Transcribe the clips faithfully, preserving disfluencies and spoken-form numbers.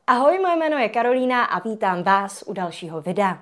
Ahoj, moje jméno je Karolína a vítám vás u dalšího videa.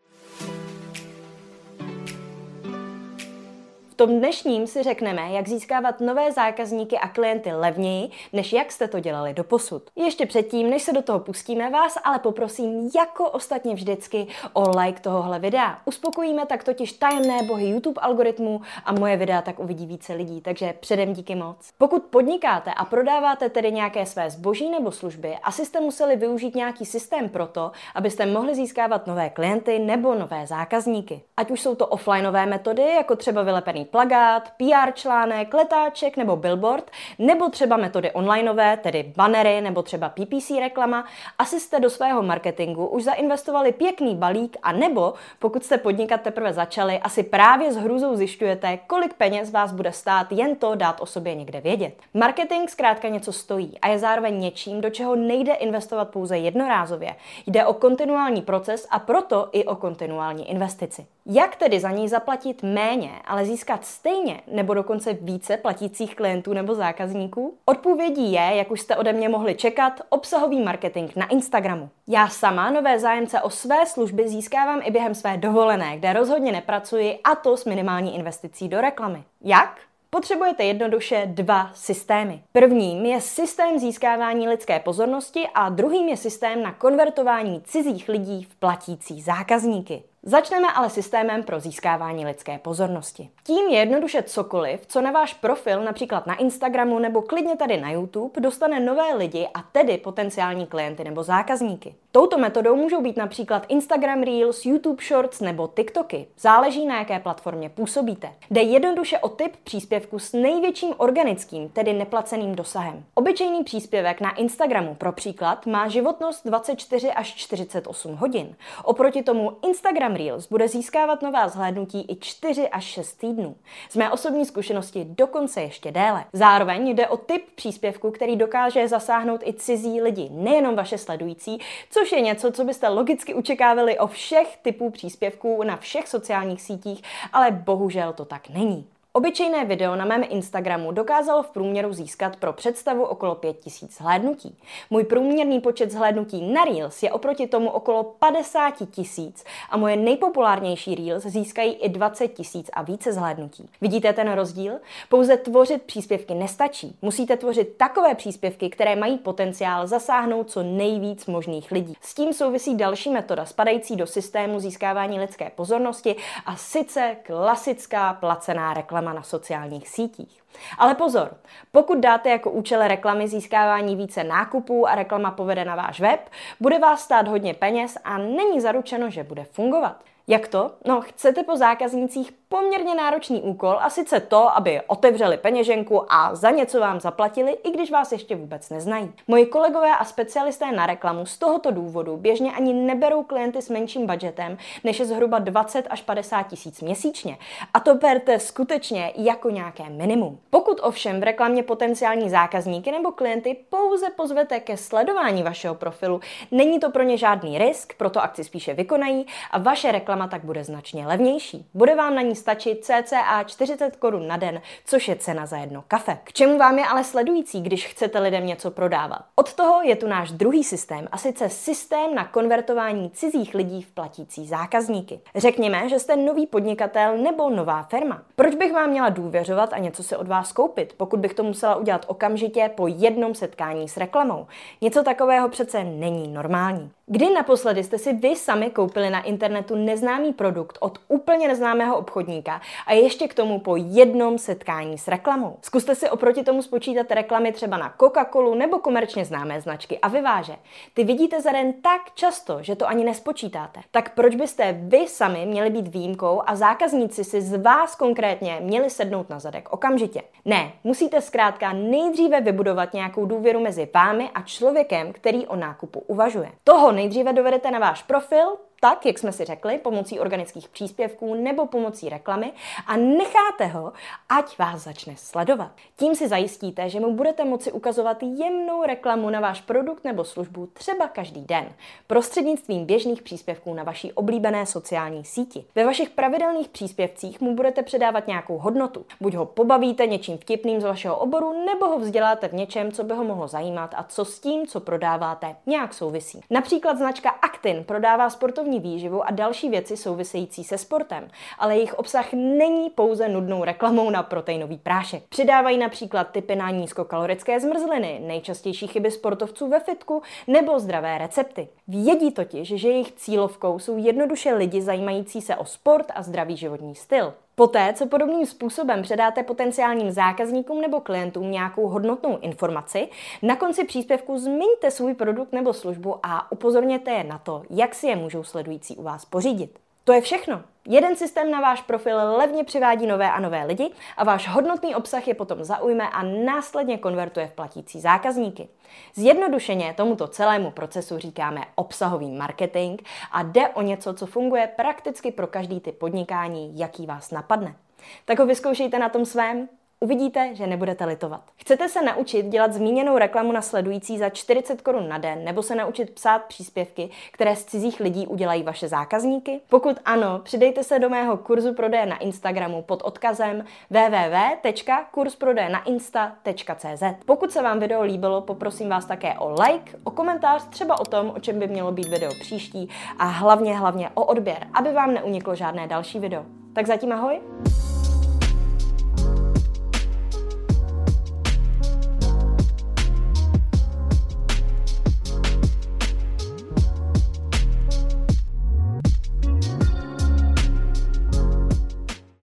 V tom dnešním si řekneme, jak získávat nové zákazníky a klienty levněji, než jak jste to dělali doposud. Ještě předtím, než se do toho pustíme, vás ale poprosím, jako ostatně vždycky, o like tohohle videa. Uspokojíme tak totiž tajemné bohy YouTube algoritmů a moje videa tak uvidí více lidí, takže předem díky moc. Pokud podnikáte a prodáváte tedy nějaké své zboží nebo služby, asi jste museli využít nějaký systém pro to, abyste mohli získávat nové klienty nebo nové zákazníky. Ať už jsou to offlineové metody, jako třeba vylepený plakát, P R článek, letáček nebo billboard, nebo třeba metody onlineové, tedy bannery nebo třeba P P C reklama, asi jste do svého marketingu už zainvestovali pěkný balík a nebo, pokud jste podnikat teprve začali, asi právě s hrůzou zjišťujete, kolik peněz vás bude stát jen to dát o sobě někde vědět. Marketing zkrátka něco stojí a je zároveň něčím, do čeho nejde investovat pouze jednorázově. Jde o kontinuální proces a proto i o kontinuální investici. Jak tedy za něj zaplatit méně, ale získat stejně nebo dokonce více platících klientů nebo zákazníků? Odpovědí je, jak už jste ode mě mohli čekat, obsahový marketing na Instagramu. Já sama nové zájemce o své služby získávám i během své dovolené, kde rozhodně nepracuji, a to s minimální investicí do reklamy. Jak? Potřebujete jednoduše dva systémy. Prvním je systém získávání lidské pozornosti a druhým je systém na konvertování cizích lidí v platící zákazníky. Začneme ale systémem pro získávání lidské pozornosti. Tím je jednoduše cokoliv, co na váš profil, například na Instagramu nebo klidně tady na YouTube, dostane nové lidi a tedy potenciální klienty nebo zákazníky. Touto metodou můžou být například Instagram Reels, YouTube Shorts nebo TikToky. Záleží, na jaké platformě působíte. Jde jednoduše o typ příspěvku s největším organickým, tedy neplaceným dosahem. Obyčejný příspěvek na Instagramu pro příklad má životnost dvacet čtyři až čtyřicet osm hodin. Oproti tomu Instagram Reels bude získávat nová zhlédnutí i čtyři až šest týdnů. Z mé osobní zkušenosti dokonce ještě déle. Zároveň jde o typ příspěvku, který dokáže zasáhnout i cizí lidi, nejenom vaše sledující, což je něco, co byste logicky očekávali o všech typů příspěvků na všech sociálních sítích, ale bohužel to tak není. Obyčejné video na mém Instagramu dokázalo v průměru získat pro představu okolo pět tisíc zhlédnutí. Můj průměrný počet zhlédnutí na Reels je oproti tomu okolo padesát tisíc a moje nejpopulárnější Reels získají i dvacet tisíc a více zhlédnutí. Vidíte ten rozdíl? Pouze tvořit příspěvky nestačí. Musíte tvořit takové příspěvky, které mají potenciál zasáhnout co nejvíc možných lidí. S tím souvisí další metoda spadající do systému získávání lidské pozornosti a sice klasická placená reklama na sociálních sítích. Ale pozor, pokud dáte jako účel reklamy získávání více nákupů a reklama povede na váš web, bude vás stát hodně peněz a není zaručeno, že bude fungovat. Jak to? No, chcete po zákaznících poměrně náročný úkol a sice to, aby otevřeli peněženku a za něco vám zaplatili, i když vás ještě vůbec neznají. Moji kolegové a specialisté na reklamu z tohoto důvodu běžně ani neberou klienty s menším budgetem, než je zhruba dvacet až padesát tisíc měsíčně. A to berte skutečně jako nějaké minimum. Pokud ovšem v reklamě potenciální zákazníky nebo klienty pouze pozvete ke sledování vašeho profilu, není to pro ně žádný risk, proto akci spíše vykonají a vaše reklama tak bude značně levnější. Bude vám na ní stačit cca čtyřicet korun na den, což je cena za jedno kafe. K čemu vám je ale sledující, když chcete lidem něco prodávat? Od toho je tu náš druhý systém, a sice systém na konvertování cizích lidí v platící zákazníky. Řekněme, že jste nový podnikatel nebo nová firma. Proč bych vám měla důvěřovat a něco si od vás koupit, pokud bych to musela udělat okamžitě po jednom setkání s reklamou? Něco takového přece není normální. Kdy naposledy jste si vy sami koupili na internetu neznámý produkt od úplně neznámého obchodníka a ještě k tomu po jednom setkání s reklamou? Zkuste si oproti tomu spočítat reklamy třeba na Coca-Colu nebo komerčně známé značky a vyváže. Ty vidíte za den tak často, že to ani nespočítáte. Tak proč byste vy sami měli být výjimkou a zákazníci si z vás konkrétně měli sednout na zadek okamžitě? Ne, musíte zkrátka nejdříve vybudovat nějakou důvěru mezi vámi a člověkem, který o nákupu uvažuje. Toho nejdříve dovedete na váš profil, tak, jak jsme si řekli, pomocí organických příspěvků nebo pomocí reklamy a necháte ho, ať vás začne sledovat. Tím si zajistíte, že mu budete moci ukazovat jemnou reklamu na váš produkt nebo službu třeba každý den, prostřednictvím běžných příspěvků na vaší oblíbené sociální síti. Ve vašich pravidelných příspěvcích mu budete předávat nějakou hodnotu. Buď ho pobavíte něčím vtipným z vašeho oboru, nebo ho vzděláte v něčem, co by ho mohlo zajímat a co s tím, co prodáváte, nějak souvisí. Například značka Actin prodává sportovní výživu a další věci související se sportem, ale jejich obsah není pouze nudnou reklamou na proteinový prášek. Přidávají například tipy na nízkokalorické zmrzliny, nejčastější chyby sportovců ve fitku nebo zdravé recepty. Vědí totiž, že jejich cílovkou jsou jednoduše lidi zajímající se o sport a zdravý životní styl. Poté, co podobným způsobem předáte potenciálním zákazníkům nebo klientům nějakou hodnotnou informaci, na konci příspěvku zmiňte svůj produkt nebo službu a upozorněte je na to, jak si je můžou sledující u vás pořídit. To je všechno. Jeden systém na váš profil levně přivádí nové a nové lidi a váš hodnotný obsah je potom zaujme a následně konvertuje v platící zákazníky. Zjednodušeně tomuto celému procesu říkáme obsahový marketing a jde o něco, co funguje prakticky pro každý typ podnikání, jaký vás napadne. Tak ho vyzkoušejte na tom svém. Uvidíte, že nebudete litovat. Chcete se naučit dělat zmíněnou reklamu na sledující za čtyřicet korun na den nebo se naučit psát příspěvky, které z cizích lidí udělají vaše zákazníky? Pokud ano, přidejte se do mého kurzu prodeje na Instagramu pod odkazem w w w tečka kurs prodeje na insta tečka c z. Pokud se vám video líbilo, poprosím vás také o like, o komentář třeba o tom, o čem by mělo být video příští a hlavně hlavně o odběr, aby vám neuniklo žádné další video. Tak zatím ahoj!